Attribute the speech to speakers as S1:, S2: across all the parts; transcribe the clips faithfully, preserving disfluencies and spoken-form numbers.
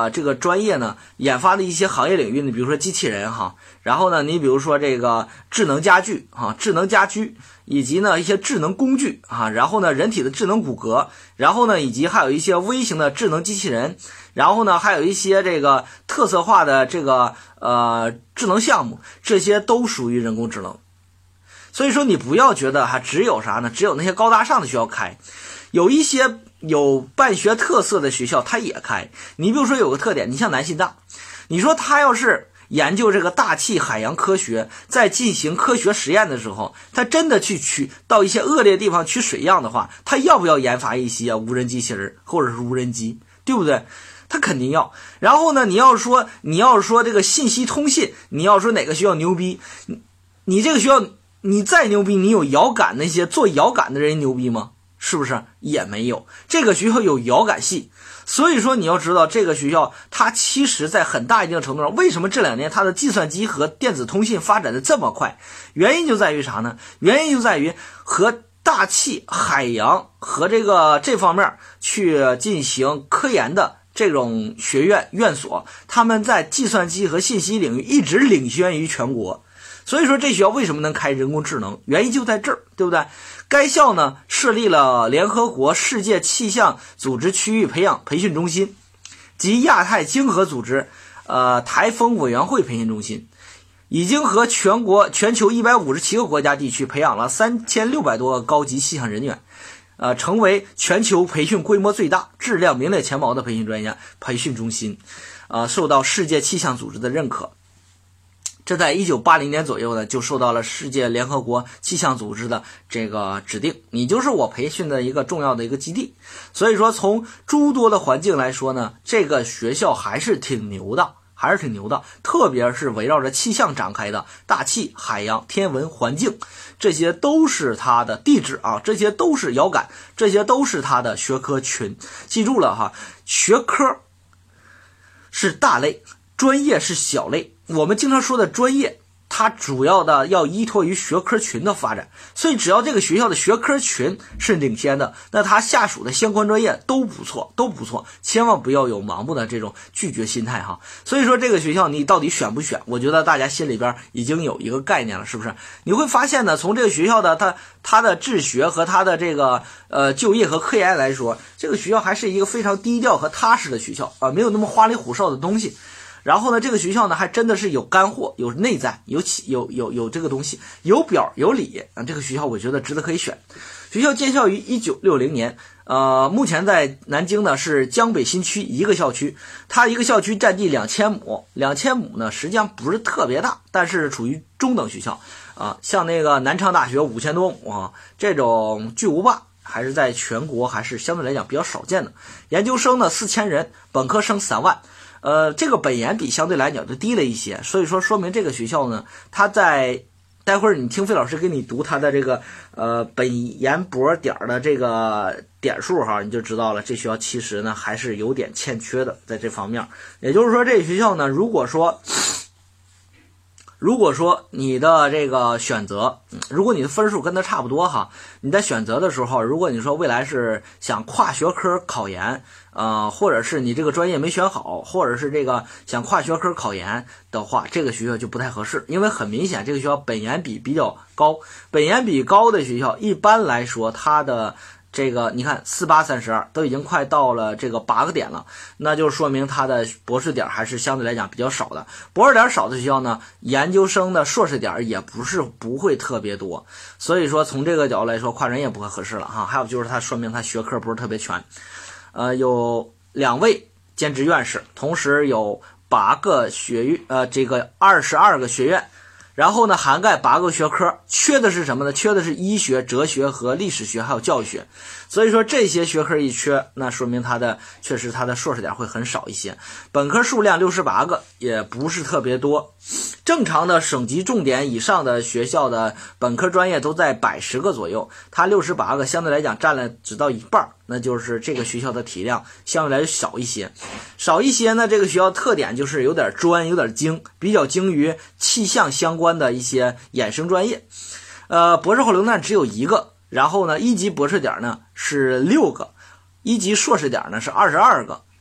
S1: 啊，这个专业呢研发的一些行业领域呢，比如说机器人哈，然后呢，你比如说这个智能家具哈，智能家居，以及呢一些智能工具啊，然后呢人体的智能骨骼，然后呢以及还有一些微型的智能机器人，然后呢还有一些这个特色化的这个呃智能项目，这些都属于人工智能。所以说你不要觉得还只有啥呢？只有那些高大上的学校开，有一些有办学特色的学校它也开。你比如说有个特点，你像南信大，你说他要是研究这个大气海洋科学，在进行科学实验的时候，他真的去取到一些恶劣地方取水样的话，他要不要研发一些无人机器人或者是无人机，对不对？他肯定要。然后呢，你要说你要说这个信息通信，你要说哪个学校牛逼，你你这个学校你再牛逼，你有遥感那些做遥感的人牛逼吗？是不是？也没有。这个学校有遥感系，所以说你要知道这个学校它其实在很大一定程度上，为什么这两年它的计算机和电子通信发展的这么快？原因就在于啥呢？原因就在于和大气海洋和这个这方面去进行科研的这种学院院所，他们在计算机和信息领域一直领先于全国。所以说这学校为什么能开人工智能，原因就在这儿，对不对？该校呢设立了联合国世界气象组织区域培养培训中心及亚太经合组织呃台风委员会培训中心，已经和全国全球一百五十七个国家地区培养了三千六百多个高级气象人员，呃，成为全球培训规模最大、质量名列前茅的培训专业培训中心，呃，受到世界气象组织的认可。这在一九八零年左右呢，就受到了世界联合国气象组织的这个指定，你就是我培训的一个重要的一个基地。所以说，从诸多的环境来说呢，这个学校还是挺牛的，还是挺牛的。特别是围绕着气象展开的大气、海洋、天文、环境，这些都是它的地质啊，这些都是遥感，这些都是它的学科群。记住了哈，学科是大类，专业是小类。我们经常说的专业，它主要的要依托于学科群的发展，所以只要这个学校的学科群是领先的，那它下属的相关专业都不错，都不错，千万不要有盲目的这种拒绝心态哈。所以说这个学校你到底选不选，我觉得大家心里边已经有一个概念了，是不是？你会发现呢，从这个学校的它它的治学和它的这个呃就业和科研来说，这个学校还是一个非常低调和踏实的学校啊、呃，没有那么花里胡哨的东西。然后呢，这个学校呢还真的是有干货，有内在，有有有有这个东西，有表有里啊。这个学校我觉得值得可以选。学校建校于一九六零年，呃，目前在南京呢是江北新区一个校区，它一个校区占地两千亩，两千亩呢实际上不是特别大，但是处于中等学校啊。像那个南昌大学五千多亩啊，这种巨无霸还是在全国还是相对来讲比较少见的。研究生呢四千人，本科生三万。呃，这个本研比相对来讲就低了一些，所以说说明这个学校呢，它在待会儿你听费老师给你读它的这个呃本研博点的这个点数哈，你就知道了，这学校其实呢还是有点欠缺的在这方面。也就是说，这个学校呢，如果说如果说你的这个选择，如果你的分数跟它差不多哈，你在选择的时候，如果你说未来是想跨学科考研，呃，或者是你这个专业没选好，或者是这个想跨学科考研的话，这个学校就不太合适，因为很明显这个学校本研比比较高，本研比高的学校一般来说它的这个你看四八三十二都已经快到了这个八个点了，那就说明他的博士点还是相对来讲比较少的。博士点少的学校呢，研究生的硕士点也不是不会特别多，所以说从这个角度来说，跨专业不太合适了哈。还有就是它说明它学科不是特别全，呃，有两位兼职院士，同时有八个学院，呃，这个二十二个学院。然后呢，涵盖八个学科，缺的是什么呢？缺的是医学、哲学和历史学，还有教育学。所以说这些学科一缺，那说明它的确实它的硕士点会很少一些。本科数量六十八个，也不是特别多。正常的省级重点以上的学校的本科专业都在百十个左右，它六十八个相对来讲占了只到一半，那就是这个学校的体量相对来少一些。少一些呢，这个学校特点就是有点专，有点精，比较精于气象相关的一些衍生专业。呃，博士后流段只有一个，然后呢，一级博士点呢是六个，一级硕士点呢是二十二个，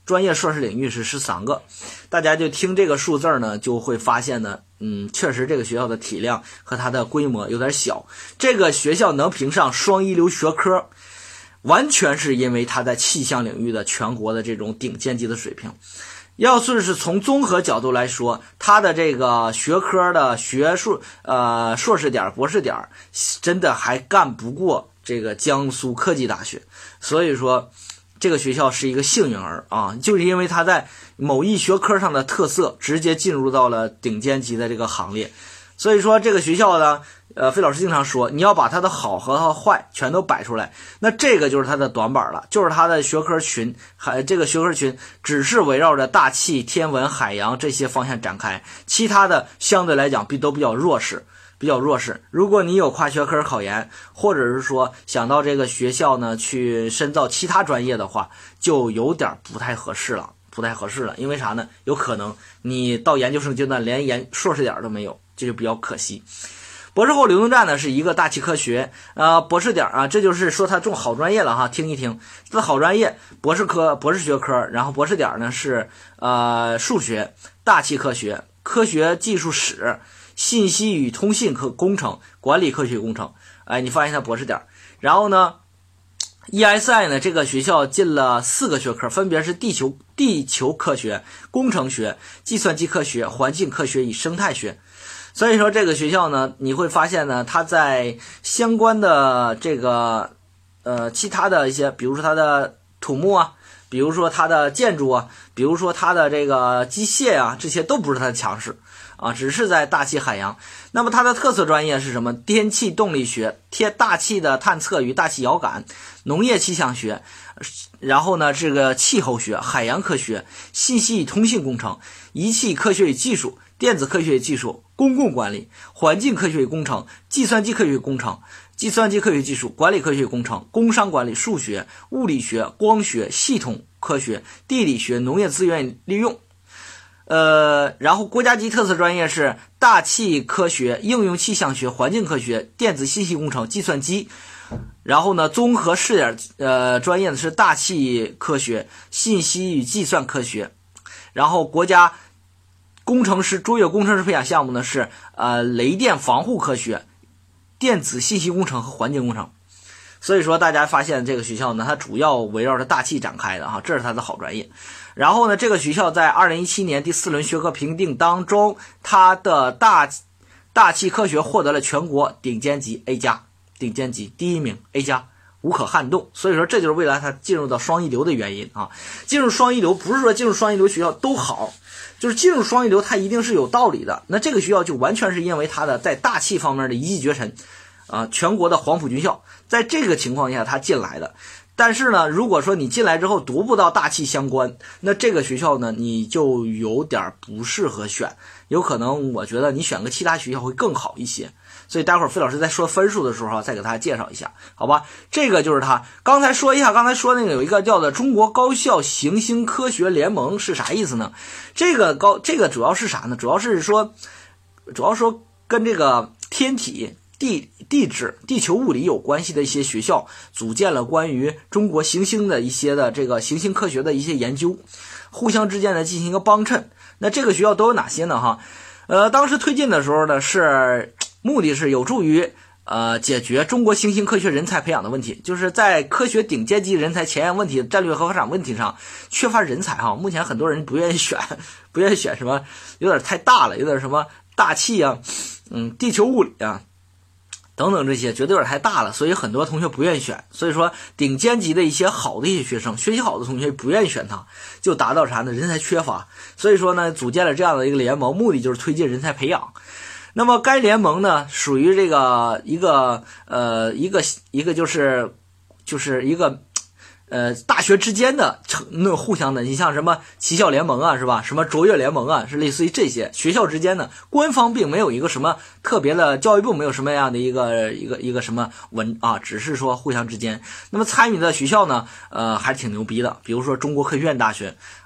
S1: 专业硕士领域是十三个。大家就听这个数字呢，就会发现呢，嗯，确实这个学校的体量和它的规模有点小。这个学校能评上双一流学科，完全是因为它在气象领域的全国的这种顶尖级的水平。要是是从综合角度来说，它的这个学科的学术呃硕士点博士点真的还干不过这个江苏科技大学。所以说这个学校是一个幸运儿啊，就是因为它在某一学科上的特色直接进入到了顶尖级的这个行列。所以说这个学校呢，呃，费老师经常说，你要把它的好和它的坏全都摆出来，那这个就是它的短板了，就是它的学科群，还这个学科群只是围绕着大气、天文、海洋这些方向展开，其他的相对来讲比都比较弱势。比较弱势。如果你有跨学科考研，或者是说想到这个学校呢去深造其他专业的话，就有点不太合适了，不太合适了。因为啥呢？有可能你到研究生阶段连研硕士点都没有，这就比较可惜。博士后流动站呢是一个大气科学，呃，博士点啊，这就是说它中好专业了哈，听一听，这好专业，博士科、博士学科，然后博士点呢是呃数学、大气科学、科学技术史、信息与通信科工程、管理科学工程，哎，你发现它博士点。然后呢 E S I 呢这个学校进了四个学科，分别是地球地球科学、工程学、计算机科学、环境科学与生态学。所以说这个学校呢，你会发现呢，它在相关的这个呃其他的一些，比如说它的土木啊，比如说它的建筑啊，比如说它的这个机械啊，这些都不是它的强势啊，只是在大气海洋。那么它的特色专业是什么？天气动力学、天大气的探测与大气遥感、农业气象学，然后呢这个气候学、海洋科学、信息与通信工程、仪器科学与技术、电子科学与技术、公共管理、环境科学与工程、计算机科学与工程、计算机科学技术、管理科学与工程、工商管理、数学、物理学、光学、系统科学、地理学、农业资源利用。呃，然后国家级特色专业是大气科学、应用气象学、环境科学、电子信息工程、计算机。然后呢，综合试点呃专业的是大气科学、信息与计算科学。然后国家工程师卓越工程师培养项目呢是呃雷电防护科学、电子信息工程和环境工程。所以说大家发现这个学校呢，它主要围绕着大气展开的哈，这是它的好专业。然后呢，这个学校在二零一七年第四轮学科评定当中，它的大大气科学获得了全国顶尖级 A 加，顶尖级第一名 A 加，无可撼动。所以说这就是未来它进入到双一流的原因啊。进入双一流不是说进入双一流学校都好，就是进入双一流它一定是有道理的。那这个学校就完全是因为它的在大气方面的一骑绝尘啊，全国的黄埔军校，在这个情况下它进来的。但是呢，如果说你进来之后读不到大气相关，那这个学校呢，你就有点不适合选，有可能我觉得你选个其他学校会更好一些。所以待会儿费老师在说分数的时候再给大家介绍一下，好吧？这个就是他刚才说一下，刚才说那个有一个叫做中国高校行星科学联盟是啥意思呢？这个高这个主要是啥呢？主要是说，主要说跟这个天体。地地质、地球物理有关系的一些学校组建了关于中国行星的一些的这个行星科学的一些研究，互相之间呢进行一个帮衬。那这个学校都有哪些呢？哈，呃，当时推进的时候呢，是目的是有助于呃解决中国行星科学人才培养的问题，就是在科学顶尖级人才前沿问题、战略和发展问题上缺乏人才哈。目前很多人不愿意选，不愿意选什么有点太大了，有点什么大气啊，嗯，地球物理啊。等等这些绝对有点太大了，所以很多同学不愿意选。所以说顶尖级的一些好的一些学生，学习好的同学不愿意选它，就达到啥呢？人才缺乏。所以说呢，组建了这样的一个联盟，目的就是推进人才培养。那么该联盟呢，属于这个一个呃一个一个就是就是一个呃大学之间的那互相的，你像什么旗校联盟啊，是吧？什么卓越联盟啊，是类似于这些学校之间的，官方并没有一个什么特别的，教育部没有什么样的一个一个一个什么文啊，只是说互相之间。那么参与的学校呢，呃，还挺牛逼的，比如说中国科学院大学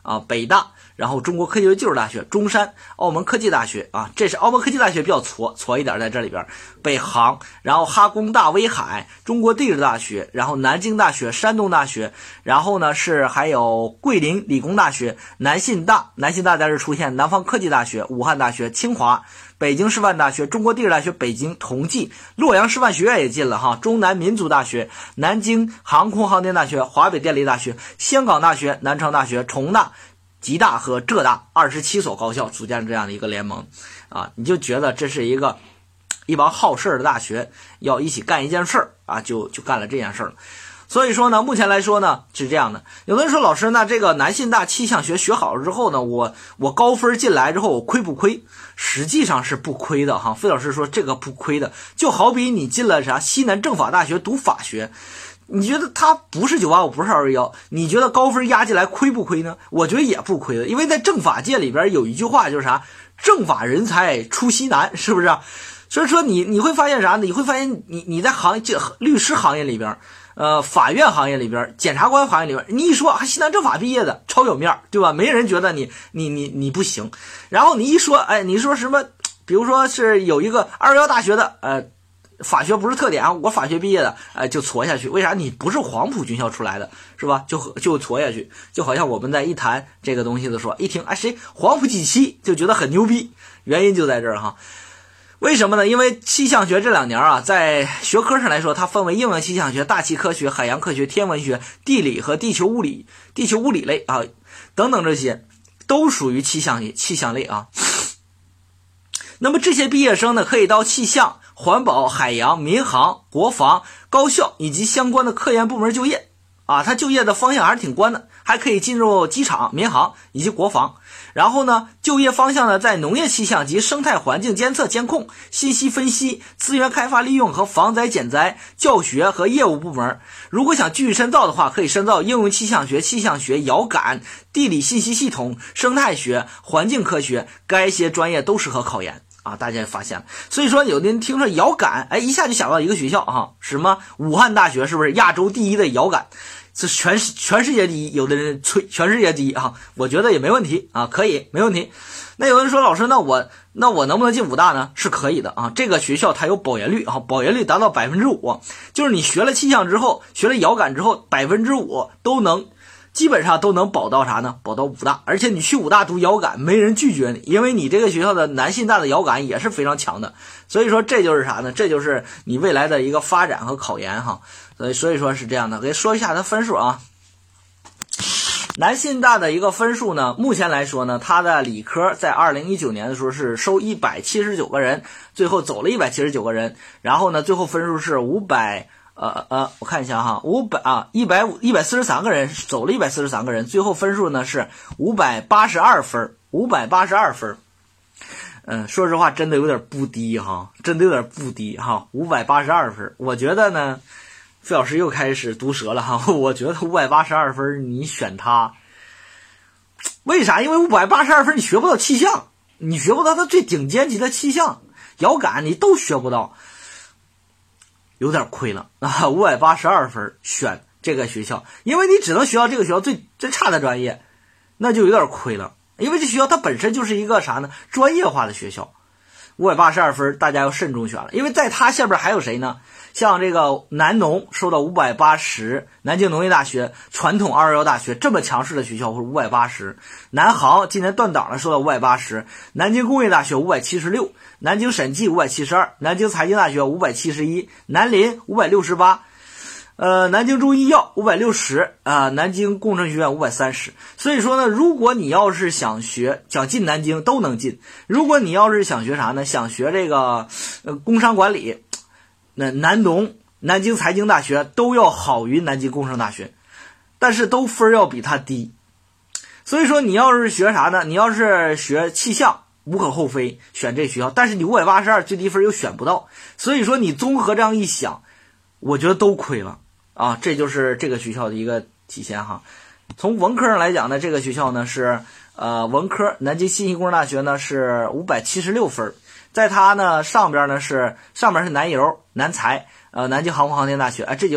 S1: 啊，北大，然后中国科技技术大学、中山、澳门科技大学啊，这是澳门科技大学比较矬矬一点，在这里边，北航，然后哈工大、威海、中国地质大学，然后南京大学、山东大学，然后呢是还有桂林理工大学、南信大，南信大在这出现，南方科技大学、武汉大学、清华、北京师范大学、中国地质大学北京、同济、洛阳师范学院也进了哈，中南民族大学、南京航空航天大学、华北电力大学、香港大学、南昌大学、重大、吉大和浙大二十七所高校组建这样的一个联盟啊，你就觉得这是一个一帮好事的大学要一起干一件事儿啊，就就干了这件事儿了。所以说呢，目前来说呢是这样的。有的人说，老师，那这个南信大气象学学好了之后呢，我我高分进来之后我亏不亏？实际上是不亏的哈。费老师说这个不亏的，就好比你进了啥西南政法大学读法学，你觉得它不是九八五不是二一一，你觉得高分压进来亏不亏呢？我觉得也不亏的，因为在政法界里边有一句话就是啥，政法人才出西南，是不是啊？所以说你你会发现啥呢？你会发现你你在行业律师行业里边，呃，法院行业里边，检察官行业里边，你一说还西南政法毕业的超有面，对吧？没人觉得你你你你不行。然后你一说，哎，你说什么？比如说是有一个二幺幺大学的，呃，法学不是特点啊，我法学毕业的，呃，就挫下去。为啥？你不是黄埔军校出来的，是吧？就就挫下去。就好像我们在一谈这个东西的时候，一听哎谁黄埔几期就觉得很牛逼，原因就在这儿哈。为什么呢？因为气象学这两年啊，在学科上来说，它分为应用气象学、大气科学、海洋科学、天文学、地理和地球物理、地球物理类啊等等，这些都属于气象气象类啊。那么这些毕业生呢，可以到气象、环保、海洋、民航、国防、高校以及相关的科研部门就业啊，他就业的方向还是挺宽的，还可以进入机场、民航以及国防。然后呢，就业方向呢，在农业气象及生态环境监测监控、信息分析、资源开发利用和防灾减灾、教学和业务部门。如果想继续深造的话，可以深造应用气象学、气象学、遥感、地理信息系统、生态学、环境科学，该些专业都适合考研啊。大家也发现了，所以说有的人听说遥感，哎，一下就想到一个学校哈，什么武汉大学，是不是亚洲第一的遥感？是全全世界第一，有的人吹全世界第一啊，我觉得也没问题啊，可以没问题。那有人说，老师，那我那我能不能进武大呢？是可以的啊，这个学校它有保研率啊，保研率达到百分之五，就是你学了气象之后，学了遥感之后，百分之五都能。基本上都能保到啥呢？保到武大，而且你去武大读遥感，没人拒绝你，因为你这个学校的南信大的遥感也是非常强的。所以说这就是啥呢？这就是你未来的一个发展和考研哈。所以所以说是这样的，给说一下它分数啊。南信大的一个分数呢，目前来说呢，它的理科在二零一九年的时候是收一百七十九个人，最后走了一百七十九个人，然后呢，最后分数是五百。呃呃，我看一下哈，五百啊，一百五一百四十三个人走了一百四十三个人，最后分数呢是五百八十二分，五百八十二分。嗯，说实话，真的有点不低哈，真的有点不低哈，五百八十二分。我觉得呢，费老师又开始毒舌了哈，我觉得五百八十二分你选它，为啥？因为五百八十二分你学不到气象，你学不到它最顶尖级的气象、遥感，你都学不到。有点亏了啊，五百八十二分选这个学校，因为你只能学到这个学校最最差的专业，那就有点亏了。因为这学校它本身就是一个啥呢？专业化的学校，五百八十二分大家要慎重选了，因为在它下边还有谁呢？像这个南农收到五百八十，南京农业大学、传统二幺幺大学这么强势的学校，或者五百八十。南航今年断档了，收到五百八十。南京工业大学五百七十六，南京审计五百七十二，南京财经大学五百七十一，南林五百六十八。呃，南京中医药五百六十啊，南京工程学院五百三十。所以说呢，如果你要是想学，想进南京都能进。如果你要是想学啥呢？想学这个呃工商管理，那南农、南京财经大学都要好于南京工程大学，但是都分要比它低。所以说你要是学啥呢？你要是学气象，无可厚非，选这学校。但是你五百八十二最低分又选不到，所以说你综合这样一想，我觉得都亏了。啊，这就是这个学校的一个体现哈。从文科上来讲呢，这个学校呢是呃文科，南京信息工程大学呢是五百七十六分，在它呢上边呢是上边是南邮、南财，呃南京航空航天大学，哎、呃、这就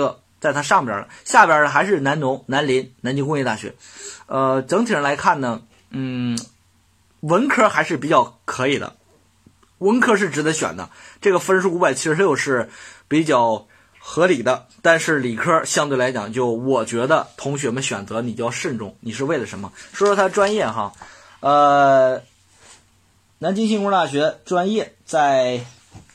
S1: 在它上边了，下边呢还是南农、南林、南京工业大学。呃，整体上来看呢，嗯，文科还是比较可以的，文科是值得选的，这个分数五百七十六是比较合理的。但是理科相对来讲，就我觉得同学们选择你就要慎重，你是为了什么？说说他专业哈，呃，南京信工大学专业在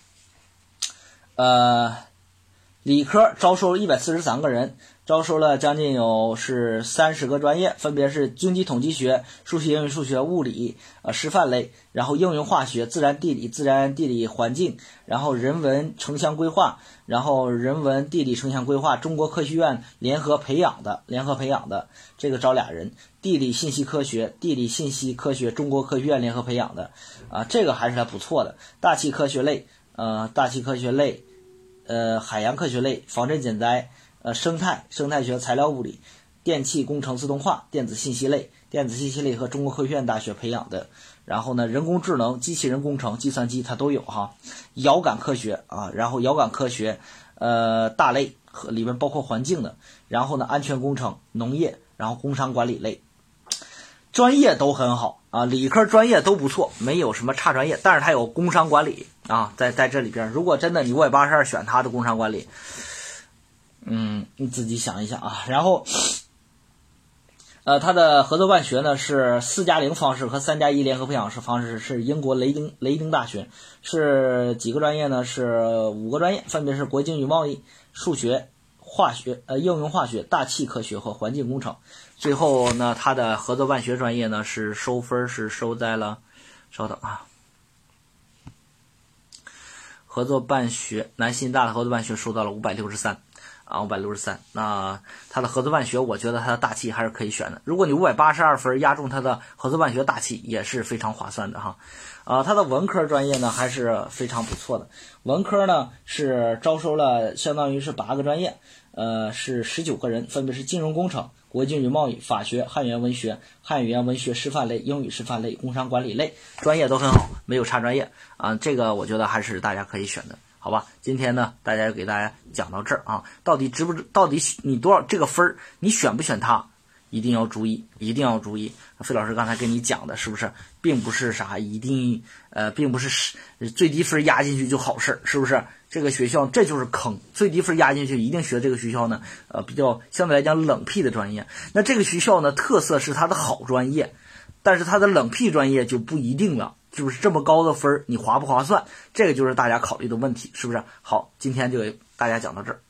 S1: 呃理科招收了一百四十三个人。招收了将近有是三十个专业，分别是经济统计学、数学、英语、数学、物理、呃师范类，然后应用化学、自然地理、自然地理环境，然后人文城乡规划，然后人文地理城乡规划，中国科学院联合培养的，联合培养的这个招俩人，地理信息科学、地理信息科学，中国科学院联合培养的，啊，这个还是还不错的。大气科学类，呃，大气科学类，呃，海洋科学类，防震减灾。呃，生态、生态学、材料物理、电气工程自动化、电子信息类、电子信息类和中国科学院大学培养的。然后呢，人工智能、机器人工程、计算机它都有哈。遥感科学啊，然后遥感科学，呃，大类和里面包括环境的。然后呢，安全工程、农业，然后工商管理类，专业都很好啊，理科专业都不错，没有什么差专业。但是它有工商管理啊，在在这里边，如果真的你五百八十二选它的工商管理。嗯，你自己想一想啊。然后，呃，它的合作办学呢是四加零方式和三加一联合培养式方式，是英国雷丁雷丁大学，是几个专业呢？是五个专业，分别是国经与贸易、数学、化学、呃应用化学、大气科学和环境工程。最后呢，它的合作办学专业呢是收分是收在了，稍等啊。合作办学，南信大的合作办学收到了五百六十三。啊，五百六十三。那他的合作办学，我觉得他的大气还是可以选的。如果你五百八十二分压中他的合作办学大气，也是非常划算的哈。啊，他的文科专业呢还是非常不错的。文科呢是招收了相当于是八个专业，呃，是十九个人，分别是金融工程、国际与贸易、法学、汉语言文学、汉语言文学师范类、英语师范类、工商管理类，专业都很好，没有差专业啊。这个我觉得还是大家可以选的。好吧，今天呢，大家就给大家讲到这儿啊，到底值不值？到底你多少这个分儿，你选不选它，一定要注意，一定要注意。费老师刚才跟你讲的是不是，并不是啥一定呃，并不是最低分压进去就好事，是不是？这个学校这就是坑，最低分压进去一定学这个学校呢，呃，比较相对来讲冷僻的专业。那这个学校呢，特色是它的好专业，但是它的冷僻专业就不一定了。就是这么高的分，你划不划算？这个就是大家考虑的问题，是不是？好，今天就给大家讲到这儿。